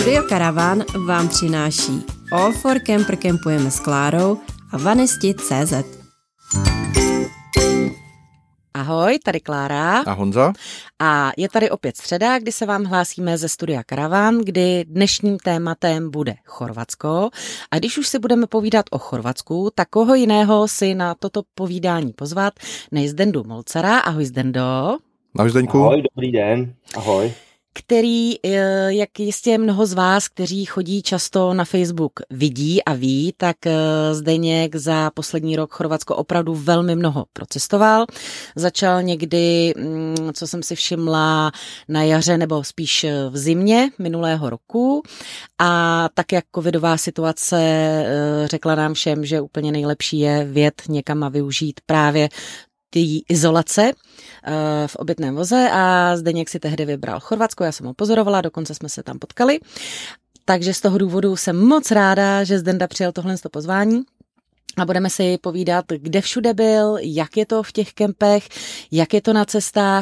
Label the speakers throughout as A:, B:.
A: Studio Karavan vám přináší All for Camper Campujeme s Klárou a Vanisti.cz. Ahoj, tady Klára.
B: A Honza.
A: A je tady opět středa, kdy se vám hlásíme ze Studia Karavan, kdy dnešním tématem bude Chorvatsko. A když už si budeme povídat o Chorvatsku, tak koho jiného si na toto povídání pozvat než Zdendu Molcara. Ahoj Zdendo.
B: Ahoj Zdeňku.
C: Ahoj, dobrý den. Ahoj.
A: Který, jak jistě mnoho z vás, kteří chodí často na Facebook, vidí a ví, tak Zdeněk za poslední rok Chorvatsko opravdu velmi mnoho procestoval. Začal někdy, co jsem si všimla, na jaře nebo spíš v zimě minulého roku. A tak jak covidová situace řekla nám všem, že úplně nejlepší je vjet někam a využít právě té izolace v obytném voze a Zdeněk si tehdy vybral Chorvatsko, já jsem ho pozorovala, dokonce jsme se tam potkali, takže z toho důvodu jsem moc ráda, že Zdenda přijel tohle pozvání a budeme si povídat, kde všude byl, jak je to v těch kempech, jak je to na cestách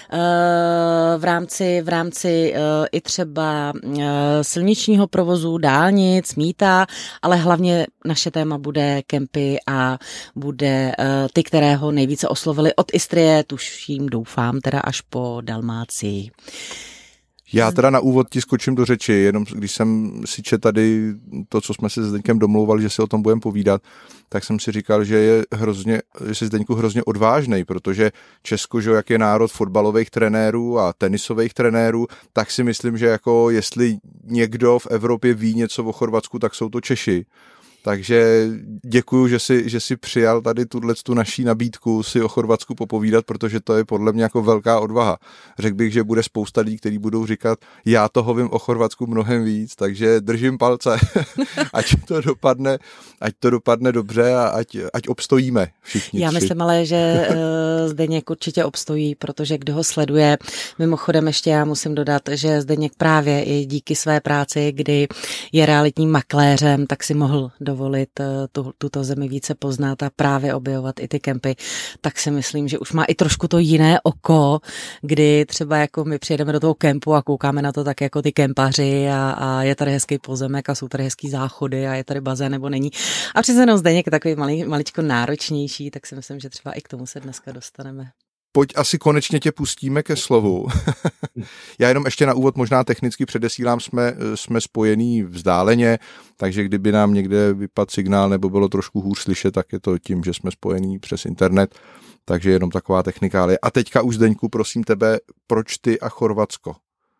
A: v rámci i třeba silničního provozu, dálnic, mýta, ale hlavně naše téma bude kempy a bude ty, které ho nejvíce oslovili od Istrie, tuším, doufám, teda až po Dalmácii.
B: Já teda na úvod ti skočím do řeči, jenom když jsem si četl tady to, co jsme se s Zdeňkem domlouvali, že si o tom budeme povídat, tak jsem si říkal, že jsi Zdeňku hrozně odvážnej, protože Česko, že jak je národ fotbalových trenérů a tenisových trenérů, tak si myslím, že jako jestli někdo v Evropě ví něco o Chorvatsku, tak jsou to Češi. Takže děkuju, že jsi přijal tady tu naší nabídku si o Chorvatsku popovídat, protože to je podle mě jako velká odvaha. Řekl bych, že bude spousta lidí, kteří budou říkat, já toho vím o Chorvatsku mnohem víc, takže držím palce, ať to dopadne dobře a ať obstojíme všichni.
A: Já myslím ale, že Zdeněk určitě obstojí, protože kdo ho sleduje, mimochodem ještě já musím dodat, že Zdeněk právě i díky své práci, kdy je realitním makléřem, tak si mohl dovolit tuto zemi více poznat a právě objevovat i ty kempy, tak si myslím, že už má i trošku to jiné oko, kdy třeba jako my přijedeme do toho kempu a koukáme na to tak jako ty kempaři a je tady hezký pozemek a jsou tady hezký záchody a je tady bazén nebo není. A přece jenom Zdeněk je takový maličko náročnější, tak si myslím, že třeba i k tomu se dneska dostaneme.
B: Pojď, asi konečně tě pustíme ke slovu. Já jenom ještě na úvod možná technicky předesílám, jsme spojení vzdáleně, takže kdyby nám někde vypadl signál nebo bylo trošku hůř slyšet, tak je to tím, že jsme spojení přes internet, takže jenom taková technikálie. A teďka už Zdeňku, prosím tebe, proč ty a Chorvatsko?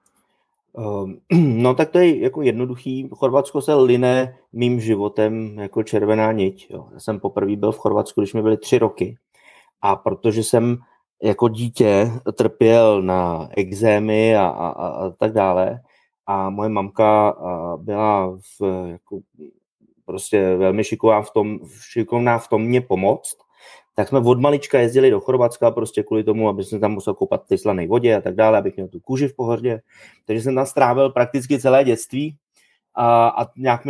C: No tak to je jako jednoduchý. Chorvatsko se line mým životem jako červená niť. Jo. Já jsem poprvé byl v Chorvatsku, když mi byly 3 roky. A protože jsem jako dítě trpěl na ekzémy a tak dále. A moje mamka byla jako prostě velmi šikovná v tom mě pomoct. Tak jsme od malička jezdili do Chorvatska prostě kvůli tomu, aby jsem tam musel koupat v té slané vodě a tak dále, abych měl tu kůži v pohodě. Takže jsem tam strávil prakticky celé dětství a nějak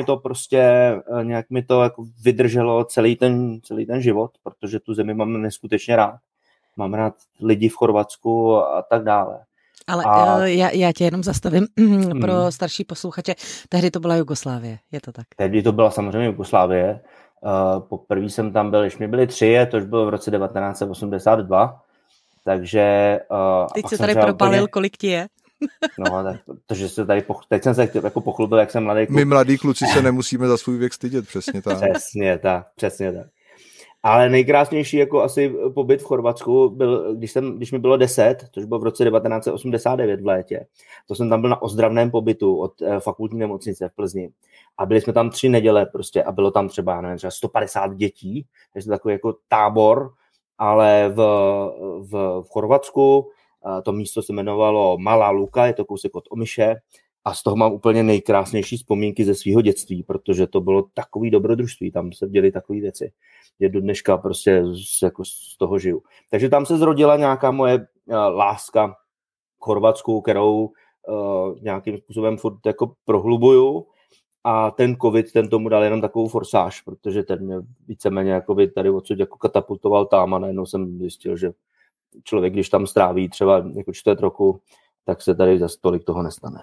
C: mi to jako vydrželo celý ten život, protože tu zemi mám neskutečně rád. Mám rád lidi v Chorvatsku a tak dále.
A: Ale já tě jenom zastavím pro starší posluchače. Tehdy to byla Jugoslávie, je to tak?
C: Tehdy to byla samozřejmě Jugoslávie. Poprvé jsem tam byl, když mi byly 3, to už bylo v roce 1982. Takže...
A: Teď se tady propalil, kolik ti je?
C: No, tak, protože se tady teď jsem se jako pochlubil, jak jsem mladý kluk.
B: My mladí kluci se nemusíme za svůj věk stydět, přesně tak.
C: Přesně tak. Ale nejkrásnější jako asi pobyt v Chorvatsku byl, když mi bylo 10, což bylo v roce 1989 v létě. To jsem tam byl na ozdravném pobytu od fakultní nemocnice v Plzni. A byli jsme tam 3 neděle prostě a bylo tam třeba 150 dětí, takže takový jako tábor, ale v Chorvatsku. To místo se jmenovalo Malá Luka, je to kousek od Omiše a z toho mám úplně nejkrásnější vzpomínky ze svého dětství, protože to bylo takový dobrodružství, tam se děly takové věci, že do dneška prostě jako z toho žiju. Takže tam se zrodila nějaká moje láska k Chorvatsku, kterou nějakým způsobem furt jako prohlubuju a ten covid, ten tomu dal jenom takovou forsáž, protože ten mě víceméně jakoby tady odsud jako katapultoval tam a najednou jsem zjistil, že člověk, když tam stráví třeba jako 4 roku, tak se tady zase tolik toho nestane.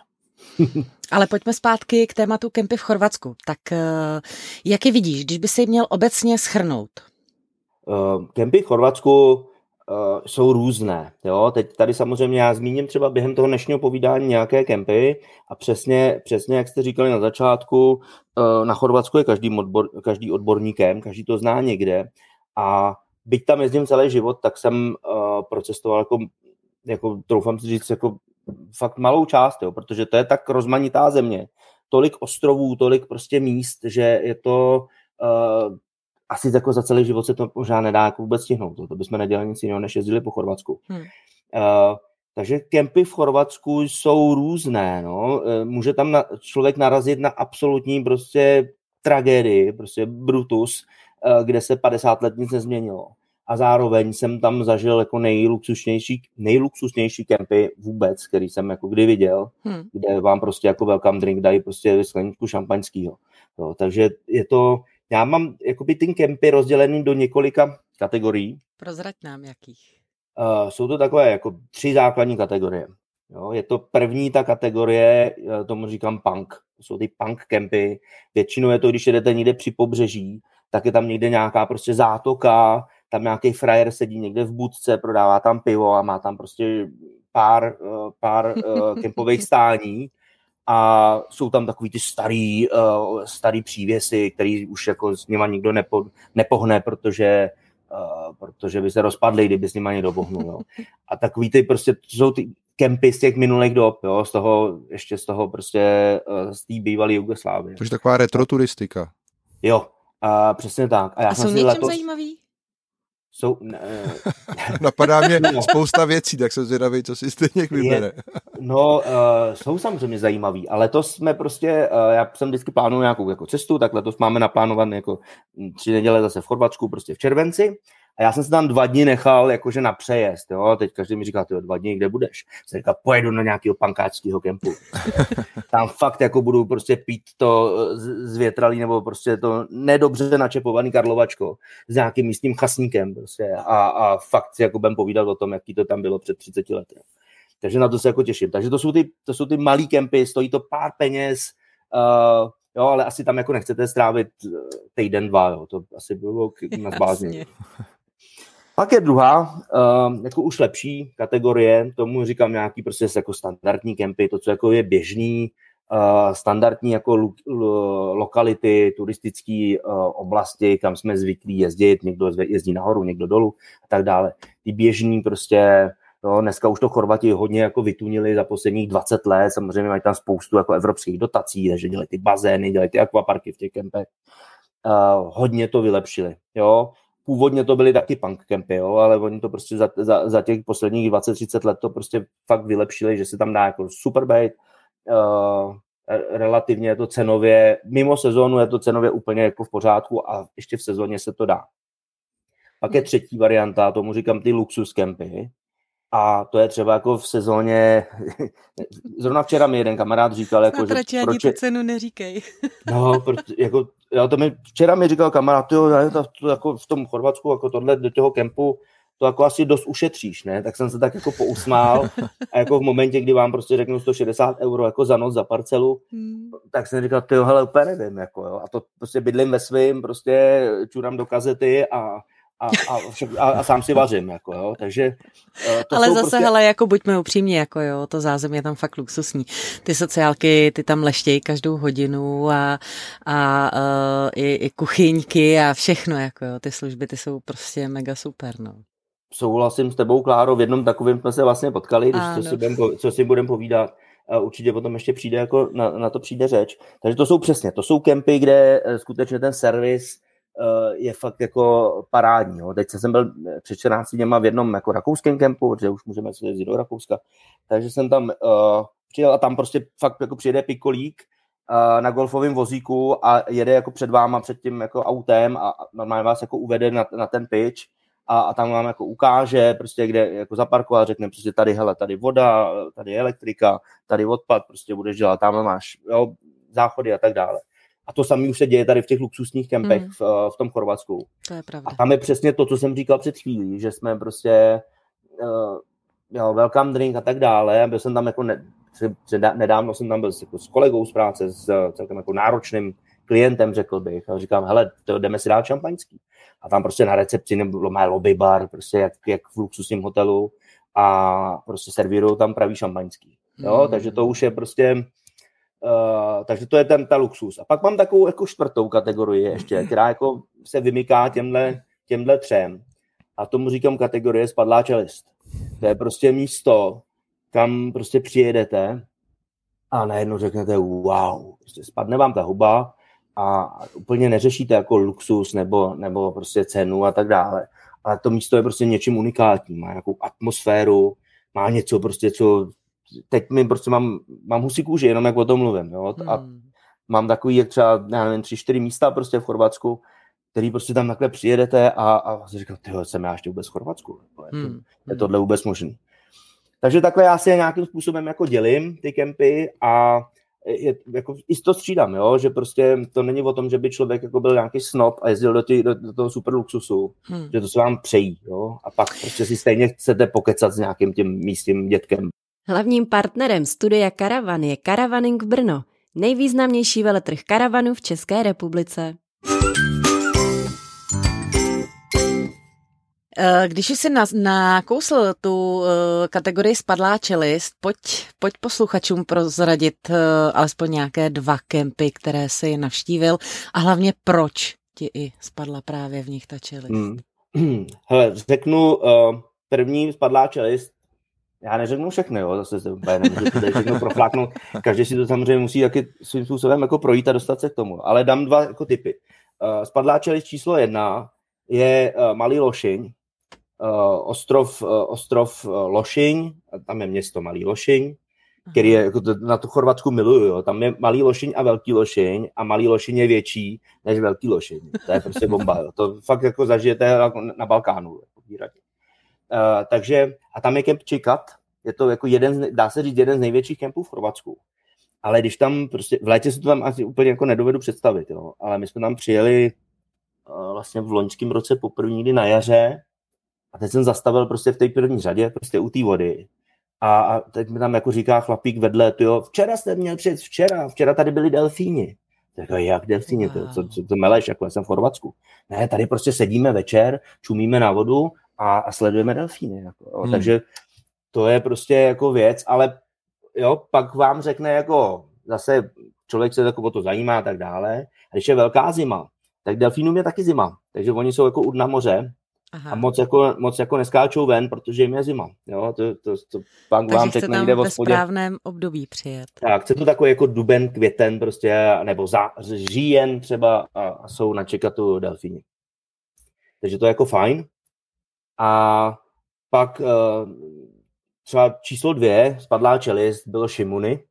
A: Ale pojďme zpátky k tématu kempy v Chorvatsku. Tak jak je vidíš, když by si měl obecně shrnout?
C: Kempy v Chorvatsku jsou různé. Jo? Teď tady samozřejmě já zmíním třeba během toho dnešního povídání nějaké kempy a přesně jak jste říkali na začátku, na Chorvatsku je každý odborníkem, každý to zná někde a byť tam jezdím celý život, tak jsem procestoval jako troufám si říct, jako fakt malou část, jo? Protože to je tak rozmanitá země, tolik ostrovů, tolik prostě míst, že je to asi jako za celý život se to možná nedá jako vůbec stihnout. To bychom nedělali nic jiného, než jezdili po Chorvatsku. Takže kempy v Chorvatsku jsou různé. No. Může tam člověk narazit na absolutní prostě tragédii, prostě brutus, kde se 50 let nic nezměnilo. A zároveň jsem tam zažil jako nejluxusnější kempy vůbec, který jsem jako kdy viděl, kde vám prostě jako welcome drink dají prostě skleničku šampaňského. Takže je to. Já mám jakoby ty kempy rozdělený do několika kategorií.
A: Prozrať nám jakých.
C: Jsou to takové jako 3 základní kategorie. Jo, je to první ta kategorie, tomu říkám punk. To jsou ty punk kempy. Většinou je to, když jedete někde při pobřeží, tak je tam někde nějaká prostě zátoka, tam nějaký frajer sedí někde v budce, prodává tam pivo a má tam prostě pár kempových stání. A jsou tam takový ty starý přívěsy, který už jako s nima nikdo nepohne, protože by se rozpadly, kdyby s nima někdo pohnul. Jo. A takový ty prostě, to jsou ty kempy z těch minulých dob, jo, z toho prostě z té bývalé Jugoslávie.
B: To je taková retroturistika.
C: Jo, přesně tak.
A: A jsou něčem zajímavý?
B: Napadá mě spousta věcí, tak jsem zvědavý, co si stejně vybere.
C: Jsou samozřejmě zajímavý, ale to jsme prostě, já jsem vždycky plánuju nějakou jako cestu, tak letos máme naplánované jako 3 neděle zase v Chorvatsku, prostě v červenci. A já jsem se tam 2 dny nechal jakože na přejezd, jo. Teď každý mi říká, 2 dny, kde budeš? Jsem říkal, pojedu na nějakého pankáčského kempu. Tam fakt jako budu prostě pít to zvětralý nebo prostě to nedobře načepovaný Karlovačko s nějakým místním chasníkem prostě a fakt si jako budem povídat o tom, jaký to tam bylo před 30 lety. Takže na to se jako těším. Takže to jsou ty malý kempy, stojí to pár peněz, jo, ale asi tam jako nechcete strávit týden, 2, jo. To asi bylo na zbázně. Pak je druhá, jako už lepší kategorie, tomu říkám nějaký prostě jako standardní kempy, to, co jako je běžný, standardní jako lokality, turistické oblasti, kam jsme zvyklí jezdit, někdo jezdí nahoru, někdo dolů a tak dále. Ty běžný prostě, no, dneska už to Chorvati hodně jako vytunili za posledních 20 let, samozřejmě mají tam spoustu jako evropských dotací, takže dělají ty bazény, dělají ty akvaparky v těch kempech. Hodně to vylepšili, jo. Původně to byly taky punk kempy, jo, ale oni to prostě za těch posledních 20-30 let to prostě fakt vylepšili, že se tam dá jako super bejt, relativně je to cenově, mimo sezónu je to cenově úplně jako v pořádku a ještě v sezóně se to dá. Pak je třetí varianta, tomu říkám ty luxus kempy, a to je třeba jako v sezóně, zrovna včera mi jeden kamarád říkal, jako, že
A: proč tu cenu neříkej.
C: No, jako, včera mi říkal kamarád, jo, to jako v tom Chorvatsku, jako tohle do toho kempu, to jako asi dost ušetříš, ne? Tak jsem se tak jako pousmál a jako v momentě, kdy vám prostě řeknu 160 € jako za noc za parcelu, tak jsem říkal, tyjo, hele, úplně nevím, jako, jo. A to prostě bydlím ve svým, prostě čurám do kazety a sám si vařím, jako, jo, takže to
A: ale zase,
C: prostě...
A: hele, jako buďme upřímní, jako jo, to zázemí je tam fakt luxusní. Ty sociálky, ty tam leštějí každou hodinu a i kuchyňky a všechno, jako jo, ty služby, ty jsou prostě mega super, no.
C: Souhlasím s tebou, Kláro, v jednom takovém jsme se vlastně potkali, když co si budeme povídat. Určitě potom ještě přijde, jako na to přijde řeč. Takže to jsou kempy, kde skutečně ten servis je fakt jako parádní. Jo. Teď jsem byl před 14 dněma v jednom jako rakouském kempu, protože už můžeme se jezdit do Rakouska, takže jsem tam přijel a tam prostě fakt jako přijede pikolík na golfovém vozíku a jede jako před váma, před tím jako autem a normálně vás jako uvede na ten pitch a tam vám jako ukáže prostě, kde jako zaparkovat, řekne prostě tady, hele, tady voda, tady je elektrika, tady odpad, prostě budeš dělat, tam máš, jo, záchody a tak dále. A to samé už se děje tady v těch luxusních kempech v tom Chorvatsku.
A: To je pravda.
C: A tam je přesně to, co jsem říkal před chvílí, že jsme prostě welcome drink a tak dále. Byl jsem tam jako nedávno jsem tam byl jako s kolegou z práce, s celkem jako náročným klientem, řekl bych, a říkám, hele, jdeme si dát šampaňský. A tam prostě na recepci nebo má lobby bar, prostě jak v luxusním hotelu a prostě servírujou tam pravý šampaňský. Jo, takže to už je prostě, takže to je ta luxus. A pak mám takovou jako čtvrtou kategorii ještě, která jako se vymyká těmhle třem. A tomu říkám kategorie spadlá čelist. To je prostě místo, kam prostě přijedete a najednou řeknete wow, prostě spadne vám ta huba a úplně neřešíte jako luxus nebo prostě cenu a tak dále. Ale to místo je prostě něčím unikátním, má nějakou atmosféru, má něco prostě, co teď mi prostě mám husí kůži, jenom jak o tom mluvím, jo? A mám takový, jak třeba, já nevím, 3-4 místa prostě v Chorvatsku, který prostě tam takhle přijedete a si říkám, tyhle, jsem já ještě vůbec v Chorvatsku, je tohle vůbec možný. Takže takhle já si je nějakým způsobem jako dělím ty kempy a jako i to střídám, jo? Že prostě to není o tom, že by člověk jako byl nějaký snob a jezdil do toho super luxusu, že to se vám přejí, jo? A pak prostě si stejně chcete pokecat s nějakým tím místním dětkem.
D: Hlavním partnerem studia Karavan je Caravaning Brno, nejvýznamnější veletrh karavanů v České republice.
A: Když jsi nakousl tu kategorii spadlá čelist, pojď posluchačům prozradit alespoň nějaké 2 kempy, které jsi navštívil a hlavně proč ti i spadla právě v nich ta čelist.
C: Hele, řeknu první spadlá čelist, já neřeknu všechny, jo, zase se nemůžu tady všechno profláknout, každý si to samozřejmě musí taky svým způsobem jako projít a dostat se k tomu, ale dám 2 jako typy. Spadlá čelist číslo 1 je Malý Lošeň, ostrov Lošeň, tam je město Malý Lošeň, který je, jako na tu Chorvatsku miluju, jo. Tam je Malý Lošeň a Velký Lošeň a Malý Lošeň je větší než Velký Lošeň. To je prostě bomba, jo. To fakt jako zažijete na Balkánu. Takže, a tam je kemp Čikat, je to jako dá se říct, jeden z největších kempů v Chorvatsku. Ale když tam prostě, v létě se to tam asi úplně jako nedovedu představit, jo. Ale my jsme tam přijeli vlastně v loňském roce poprvé někdy na jaře a teď jsem zastavil prostě v té první řadě, prostě u té vody. A teď mi tam jako říká chlapík vedle, tyjo, včera jste měl přijet, včera tady byli delfíni. Tak jak delfíni, co to meleš, jako já jsem v Chorvatsku. Ne, tady prostě sedíme večer, čumíme na vodu a sledujeme delfíny. Jako, takže to je prostě jako věc, ale jo, pak vám řekne jako, zase člověk se jako o to zajímá a tak dále. A když je velká zima, tak delfínům je taky zima, takže oni jsou jako u dna moře. Aha. A moc jako neskáčou ven, protože jim je zima. Jo, to pak
A: takže
C: vám řekne někde v hospodě.
A: ve správném období přijet.
C: Tak, chce to takový jako duben, květen prostě, nebo říjen třeba a jsou na čekatu delfíni. Takže to je jako fajn. A pak třeba číslo 2, spadlá čelist, bylo Šimuny.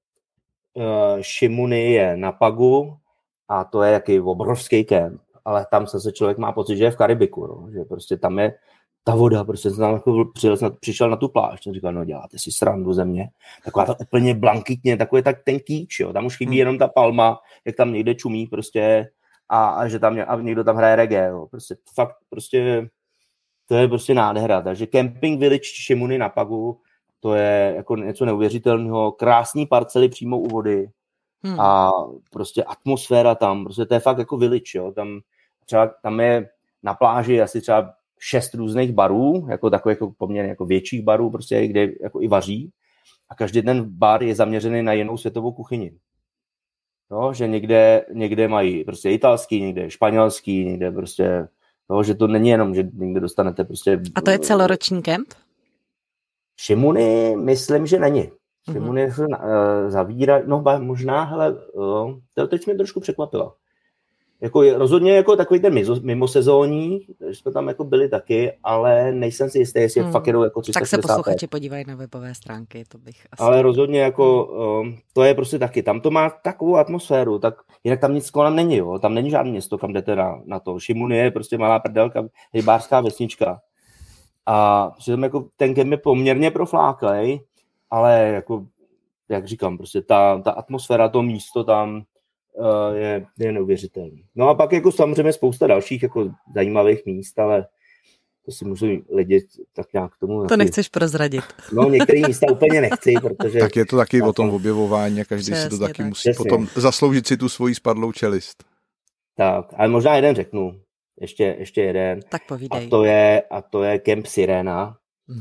C: Šimuny je na Pagu a to je jaký obrovský kemp. Ale tam se člověk má pocit, že je v Karibiku, no? Že prostě tam je ta voda, prostě jsem tam jako přišel na tu pláž, jsem říkal, no děláte si srandu ze mě, taková ta úplně blankitně, takový tak ten kýč, jo? Tam už chybí jenom ta palma, jak tam někde čumí prostě a že tam někdo tam hraje reggae, jo? Prostě fakt prostě to je prostě nádhera, takže Camping Village Šimuny na Pagu, to je jako něco neuvěřitelného, krásný parcely přímo u vody a prostě atmosféra tam, prostě to je fakt jako village, jo? Tam je na pláži asi třeba 6 různých barů, jako takových jako poměrně jako větších barů, prostě, kde jako i vaří. A každý ten bar je zaměřený na jinou světovou kuchyni. No, že někde mají prostě italský, někde španělský, někde prostě, no, že to není jenom, že někde dostanete prostě...
A: A to je celoroční kemp?
C: Šimuny, myslím, že není. Šimuny se zavírají, no možná, hele, to teď mě trošku překvapilo. Jako rozhodně jako takový ten mimosezónní, že jsme tam jako byli taky, ale nejsem si jistý, jestli fakt jedou jako 360.
A: Tak se posluchači podívají na webové stránky, to bych asi...
C: Ale rozhodně jako, to je prostě taky, tam to má takovou atmosféru, tak jinak tam nic kolem není, jo, tam není žádné město, kam jdete na to. Šimun je prostě malá prdelka, rybářská vesnička. A přitom jako ten kemp je poměrně profláklej, ale jako, jak říkám, prostě ta atmosféra, to místo tam je neuvěřitelný. No a pak jako samozřejmě spousta dalších jako zajímavých míst, ale To si můžu lidi tak nějak k tomu...
A: To nechceš prozradit.
C: No, některé místa úplně nechci, protože...
B: Tak je to taky o tom objevování a každý
A: Přesně
B: si to taky
A: tak.
B: musí potom zasloužit si tu svoji spadlou čelist.
C: Tak, ale možná jeden řeknu. Ještě jeden.
A: Tak povídej.
C: A to je Kemp Sirena.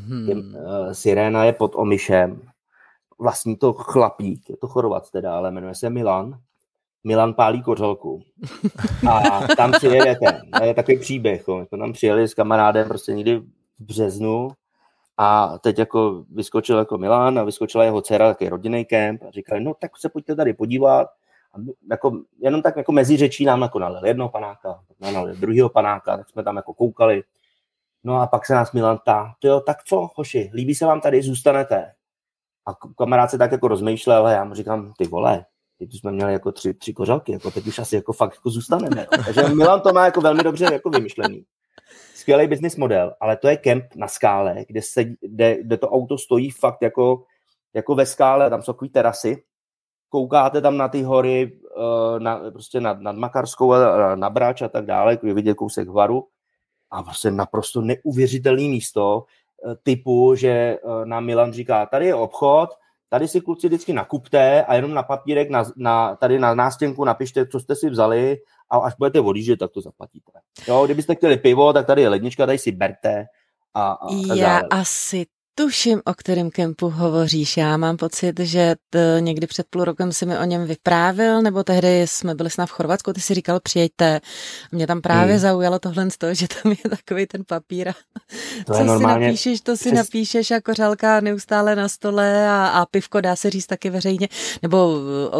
C: Sirena je pod Omišem. Vlastní to chlapík, je to Chorvat teda, ale jmenuje se Milan. Milan pálí kořalku. A tam si jedete. Je takový příběh. My jsme tam přijeli s kamarádem prostě někdy v březnu a teď jako vyskočil jako Milan a vyskočila jeho dcera, takový rodinný kemp a říkali, no tak se pojďte tady podívat. A jako, jenom tak jako mezi řečí nám jako nalil jednoho panáka, nalil druhýho panáka, tak jsme tam jako koukali. No a pak se nás Milan ptá, tak co, hoši, líbí se vám tady, zůstanete? A kamarád se tak jako rozmýšlel a já mu říkám, ty vole, teď jsme měli jako tři kořalky, jako teď už asi jako fakt jako zůstaneme. Jo. Takže Milan to má jako velmi dobře jako vymyšlený. Skvělý business model, ale to je kemp na skále, kde to auto stojí fakt jako ve skále, tam jsou takový terasy, koukáte tam na ty hory, prostě nad Makarskou, na Brač a tak dále, je vidět kousek Hvaru a prostě naprosto neuvěřitelné místo typu, že nám Milan říká, tady je obchod, tady si kluci vždycky nakupte a jenom na papírek tady na nástěnku napište, co jste si vzali a až budete odjíždět, tak to zaplatíte. Jo, kdybyste chtěli pivo, tak tady je lednička, tady si berte a tak
A: Já
C: dále.
A: asi tuším, o kterém kempu hovoříš. Já mám pocit, že někdy před půl rokem si mi o něm vyprávil, nebo tehdy jsme byli snad v Chorvatsku, ty si říkal, přijeďte. Mě tam právě zaujalo tohle z toho, že tam je takový ten papír a
C: to
A: co
C: si
A: napíšeš, to si napíšeš a kořálka neustále na stole a pivko dá se říct taky veřejně, nebo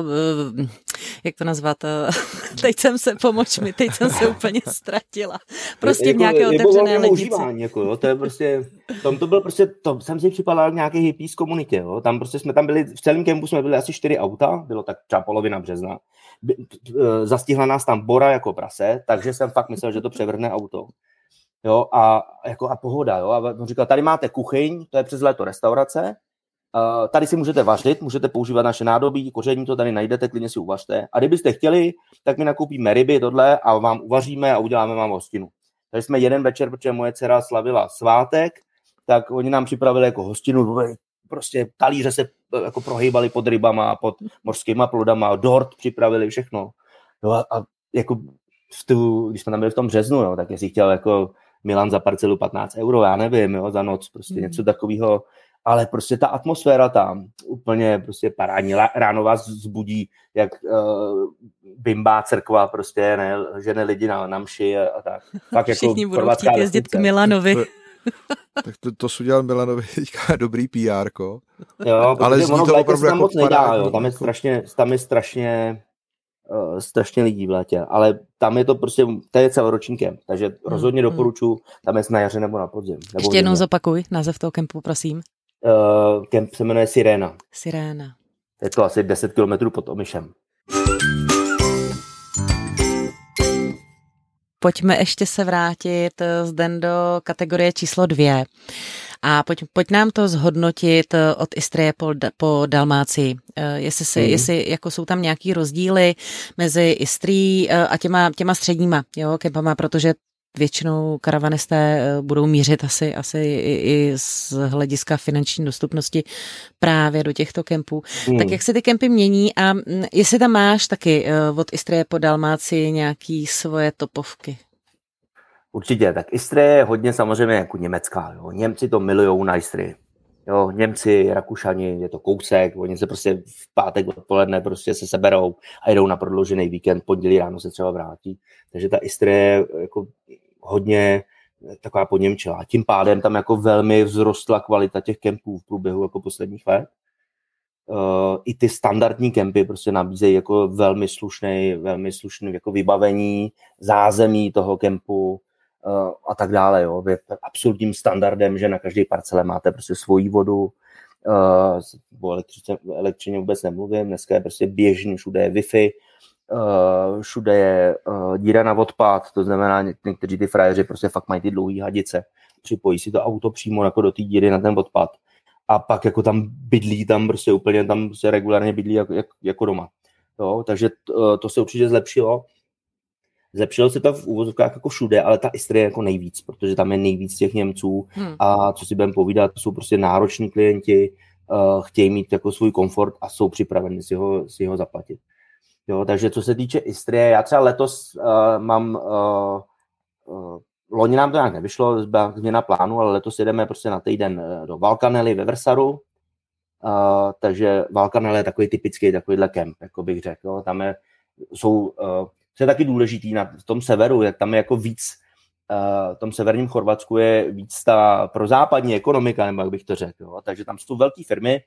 A: jak to nazvat, teď jsem se úplně ztratila. Prostě v nějaké otevřené lednici.
C: Jako, to je prostě, to byl prostě, to jsem si připadal nějaký hippies komunitě, jo. Tam prostě jsme tam byli, v celém kempu jsme byli asi 4 auta, bylo tak třeba polovina března. Zastihla nás tam bora jako prase, takže jsem fakt myslel, že to převrhne auto. Jo, a pohoda, jo. A on říkal, tady máte kuchyň, to je přes léto restaurace, tady si můžete vařit, můžete používat naše nádobí, koření to tady najdete, klidně si uvařte. A kdybyste chtěli, tak my nakoupíme ryby, tohle a vám uvaříme a uděláme vám hostinu. Takže jsme jeden večer, protože moje dcera slavila svátek, tak oni nám připravili jako hostinu, prostě talíře se jako prohýbali pod rybama, pod mořskýma plodama, dort připravili, všechno. No a jako když jsme tam byli v tom březnu, jo, tak jestli chtěl jako Milan za parcelu 15 €, já nevím, jo, za noc, prostě něco takového, ale prostě ta atmosféra tam úplně prostě parádní, ráno vás zbudí, jak bimbá cerkva, prostě, ne, žene lidi na mši a tak. Fakt
A: všichni
C: jako
A: budou chtít jezdit k Milanovi.
B: Tak to udělal Milanovi teďka dobrý PR-ko.
C: Jo,
B: ale zní to opravdu jako
C: moc nedá, jo. Tam je strašně lidí v létě, ale tam je to prostě, to je celoroční kemp, takže rozhodně doporučuji, tam je na jaře nebo na podzim.
A: Ještě jednou zopakuj název toho kempu, prosím.
C: Kemp se jmenuje Sirena.
A: Sirena.
C: Je to asi 10 kilometrů pod Omišem.
A: Pojďme ještě se vrátit zde do kategorie číslo 2. A pojď nám to zhodnotit od Istrie po Dalmácii. Jestli jako jsou tam nějaký rozdíly mezi Istrií a těma středníma kempama, protože většinou karavanisté budou mířit asi i z hlediska finanční dostupnosti právě do těchto kempů. Tak jak se ty kempy mění a jestli tam máš taky od Istrie po Dalmácii nějaký svoje topovky?
C: Určitě, tak Istrie je hodně samozřejmě jako německá. Jo. Němci to milujou na Istrii. Jo, Němci, Rakušani, je to kousek, oni se prostě v pátek odpoledne prostě se seberou a jdou na prodloužený víkend, pondělí ráno se třeba vrátí. Takže ta Istrie je jako hodně taková poněmčilá. Tím pádem tam jako velmi vzrostla kvalita těch kempů v průběhu jako posledních let. I ty standardní kempy prostě nabízejí jako velmi slušný jako vybavení, zázemí toho kempu a tak dále. Jo. Je absolutním standardem, že na každé parcele máte prostě svoji vodu. O elektřině vůbec nemluvím, dneska je prostě běžný, všude je Wi-Fi, všude je díra na odpad, to znamená, někteří ty frajeři prostě fakt mají ty dlouhé hadice, připojí si to auto přímo jako do té díry na ten odpad a pak jako tam bydlí, tam prostě úplně tam prostě regulárně bydlí jako doma. Jo, takže to se určitě zlepšilo. Zlepšilo se to v úvozovkách jako všude, ale ta Istrie je jako nejvíc, protože tam je nejvíc těch Němců a co si budeme povídat, to jsou prostě nároční klienti, chtějí mít jako svůj komfort a jsou připraveni si ho zaplatit. Jo, takže co se týče Istrie, já třeba letos mám, loni nám to nějak nevyšlo, byla změna plánu, ale letos jedeme prostě na týden do Valkanely ve Versaru, takže Valkanely je takový typický takovýhle kemp, jako bych řekl. Jo. Tam co je taky důležitý v tom severu, jak tam je jako víc, v tom severním Chorvatsku je víc ta prozápadní ekonomika, nebo jak bych to řekl. Jo. Takže tam jsou velké firmy,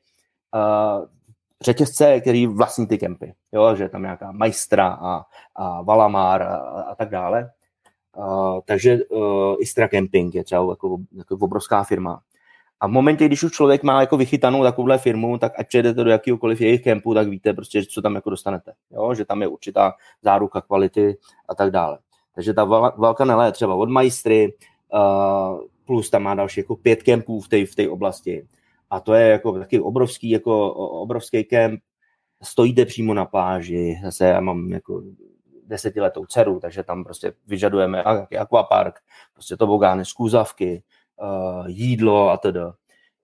C: řetězce, který vlastní ty kempy. Jo, že tam nějaká Majstra a Valamar a tak dále. Takže Istra Camping je třeba jako obrovská firma. A v momentě, když už člověk má jako vychytanou takovouhle firmu, tak ať jdete do jakýhokoliv jejich kempu, tak víte prostě, co tam jako dostanete. Jo? Že tam je určitá záruka kvality a tak dále. Takže ta Valkanela je třeba od Majstry, plus tam má další jako 5 kempů v té oblasti. A to je jako taky obrovský kemp. Stojíte přímo na pláži. Zase já mám jako 10letou dceru, takže tam prostě vyžadujeme aquapark, prostě tobogány, skůzavky, jídlo a teda.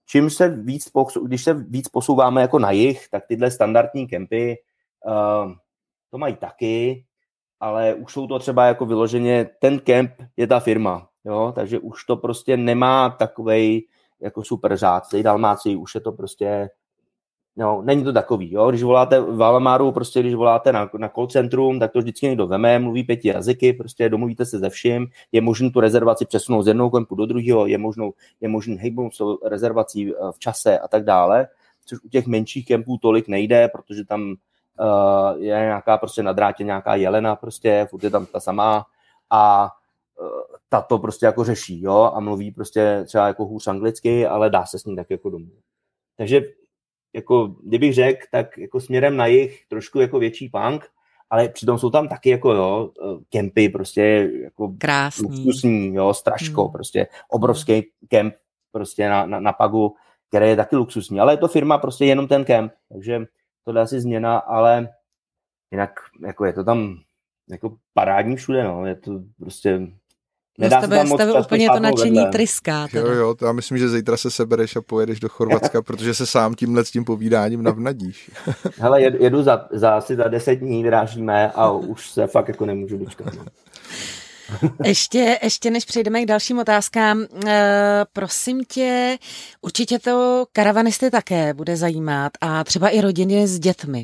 C: Když se víc posouváme jako na jih, tak tyhle standardní kempy to mají taky, ale už jsou to třeba jako vyloženě, ten kemp je ta firma, jo? Takže už to prostě nemá takovej jako super řád. V té Dalmácii už je to prostě, no, není to takový, jo? Když voláte v Valamaru, prostě když voláte na call centrum, tak to vždycky někdo veme, mluví 5 jazyky, prostě domluvíte se ze vším, je možné tu rezervaci přesunout z jednoho kempu do druhého, je možné hejbnout s rezervací v čase a tak dále, což u těch menších kempů tolik nejde, protože tam je nějaká prostě na drátě nějaká jelena, prostě, furt je tam ta samá a ta to prostě jako řeší, jo, a mluví prostě třeba jako hůř anglicky, ale dá se s ním tak jako domluvit. Takže jako, kdybych řekl, tak jako směrem na jih trošku jako větší punk, ale přitom jsou tam taky jako, jo, kempy prostě jako luxusní, jo, Straško, prostě obrovský kemp prostě na Pagu, který je taky luxusní, ale je to firma prostě jenom ten kemp, takže to je asi změna, ale jinak jako je to tam jako parádní všude, no, je to prostě
A: nedá se tam moc úplně to nadšení tryská.
B: Jo, já myslím, že zítra se sebereš a pojedeš do Chorvatska, protože se sám s tím povídáním navnadíš.
C: Hele, jedu asi za 10 dní vyrážíme a už se fakt jako nemůžu dočkat.
A: Ještě než přejdeme k dalším otázkám, prosím tě, určitě to karavanisty také bude zajímat a třeba i rodiny s dětmi.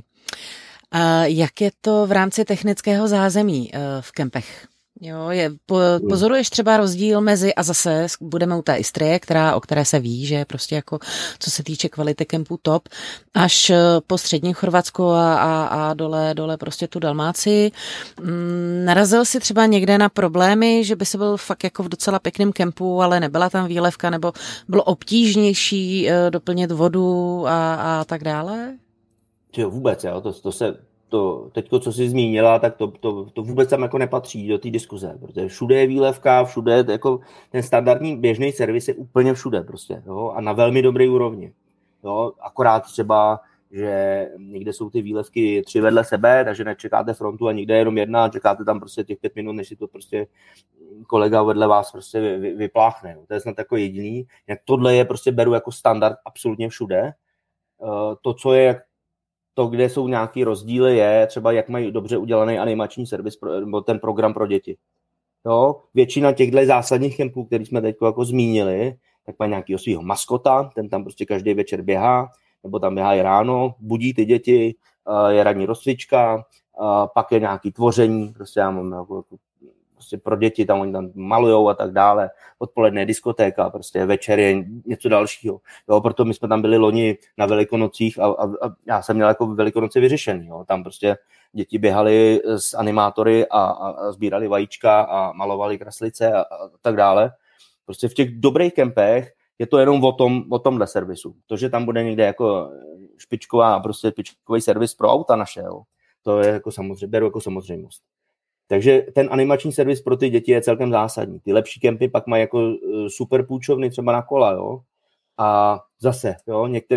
A: Jak je to v rámci technického zázemí v kempech? Jo, pozoruješ třeba rozdíl mezi, a zase budeme u té Istrie, o které se ví, že je prostě jako, co se týče kvality kempu top, až po střední Chorvatsko a dole prostě tu Dalmácii. Narazil jsi třeba někde na problémy, že by se byl fakt jako v docela pěkném kempu, ale nebyla tam výlevka, nebo bylo obtížnější doplnit vodu a tak dále?
C: Jo, vůbec, jo, to teďko, co jsi zmínila, tak to vůbec tam jako nepatří do té diskuze, protože všude je výlevka, všude jako ten standardní běžný servis je úplně všude prostě, jo, a na velmi dobré úrovni. Jo, akorát třeba, že někde jsou ty výlevky 3 vedle sebe, takže nečekáte frontu a někde je jenom jedna a čekáte tam prostě těch 5 minut, než si to prostě kolega vedle vás prostě vypláchne. To je snad jako jediný. Jak tohle je prostě beru jako standard absolutně všude. To, co je to, kde jsou nějaký rozdíly, je třeba, jak mají dobře udělaný animační servis nebo ten program pro děti. Jo? Většina těchto zásadních kempů, který jsme teď jako zmínili, tak mají nějakého svého maskota, ten tam prostě každý večer běhá, nebo tam běhá i ráno, budí ty děti, je ranní rozcvička, pak je nějaký tvoření, prostě já mám jako prostě pro děti, tam oni tam malujou a tak dále, odpoledne je diskotéka, prostě večer je něco dalšího. Jo, proto my jsme tam byli loni na Velikonocích a já jsem měl jako Velikonoce vyřešený. Jo. Tam prostě děti běhali s animátory a sbírali vajíčka a malovali kraslice a tak dále. Prostě v těch dobrých kempech je to jenom o tomhle servisu. To, že tam bude někde jako špičkový servis pro auta naše, jo. To je jako beru jako samozřejmost. Takže ten animační servis pro ty děti je celkem zásadní. Ty lepší kempy pak mají jako super půjčovny třeba na kola, jo. A zase, jo, některý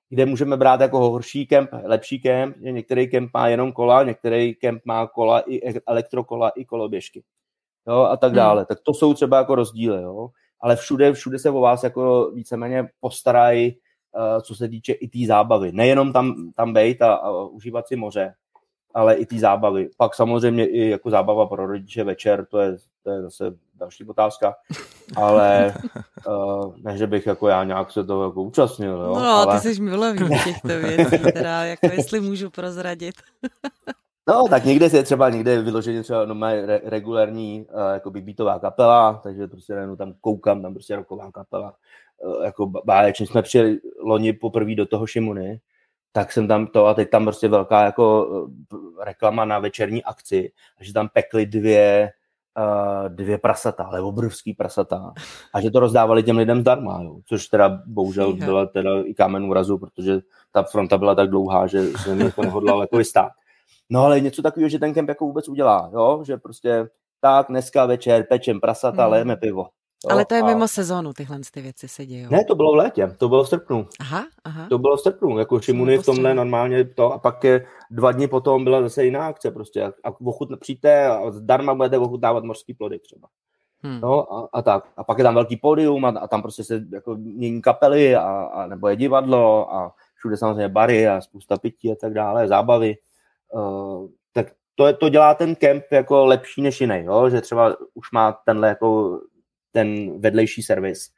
C: kde můžeme brát jako horší kemp, lepší kemp, některý kemp má jenom kola, některý kemp má kola i elektrokola i koloběžky. Jo, a tak dále. Tak to jsou třeba jako rozdíly, jo. Ale všude se o vás jako víceméně postarají, co se týče i té zábavy. Nejenom tam bejt a užívat si moře, ale i té zábavy. Pak samozřejmě i jako zábava pro rodiče večer, to je zase další otázka, ale ne, že bych jako já nějak se toho jako účastnil. Jo?
A: No, ale... ty jsi milový těchto věcí, teda jako jestli můžu prozradit.
C: No, tak někde je vyloženě třeba regulární jakoby beatová kapela, takže prostě tam koukám, tam prostě rocková kapela. Jako báječně jsme přijeli loni poprvé do toho Šimuny, tak jsem tam a teď tam prostě velká jako reklama na večerní akci, že tam pekli dvě prasata, ale obrovský prasata a že to rozdávali těm lidem zdarma, jo. Což teda bohužel byla teda i kámen úrazu, protože ta fronta byla tak dlouhá, že mě to nehodlal jako vystát. No ale něco takového, že ten kemp jako vůbec udělá, jo, že prostě tak dneska večer pečem prasata, lejeme pivo. Jo?
A: Ale to je mimo sezónu, tyhle ty věci se dějou.
C: Ne, to bylo v létě, to bylo v srpnu.
A: Aha.
C: To bylo v srpnu, jako Šimuny v tomhle normálně to a pak 2 dny potom byla zase jiná akce prostě a přijďte a zdarma budete ochutnávat mořský plody třeba. No a tak. A pak je tam velký pódium a tam prostě se jako mění kapely a nebo je divadlo a všude samozřejmě bary a spousta pití a tak dále, zábavy. Tak to dělá ten kemp jako lepší než jiný, jo? Že třeba už má tenhle jako ten vedlejší servis.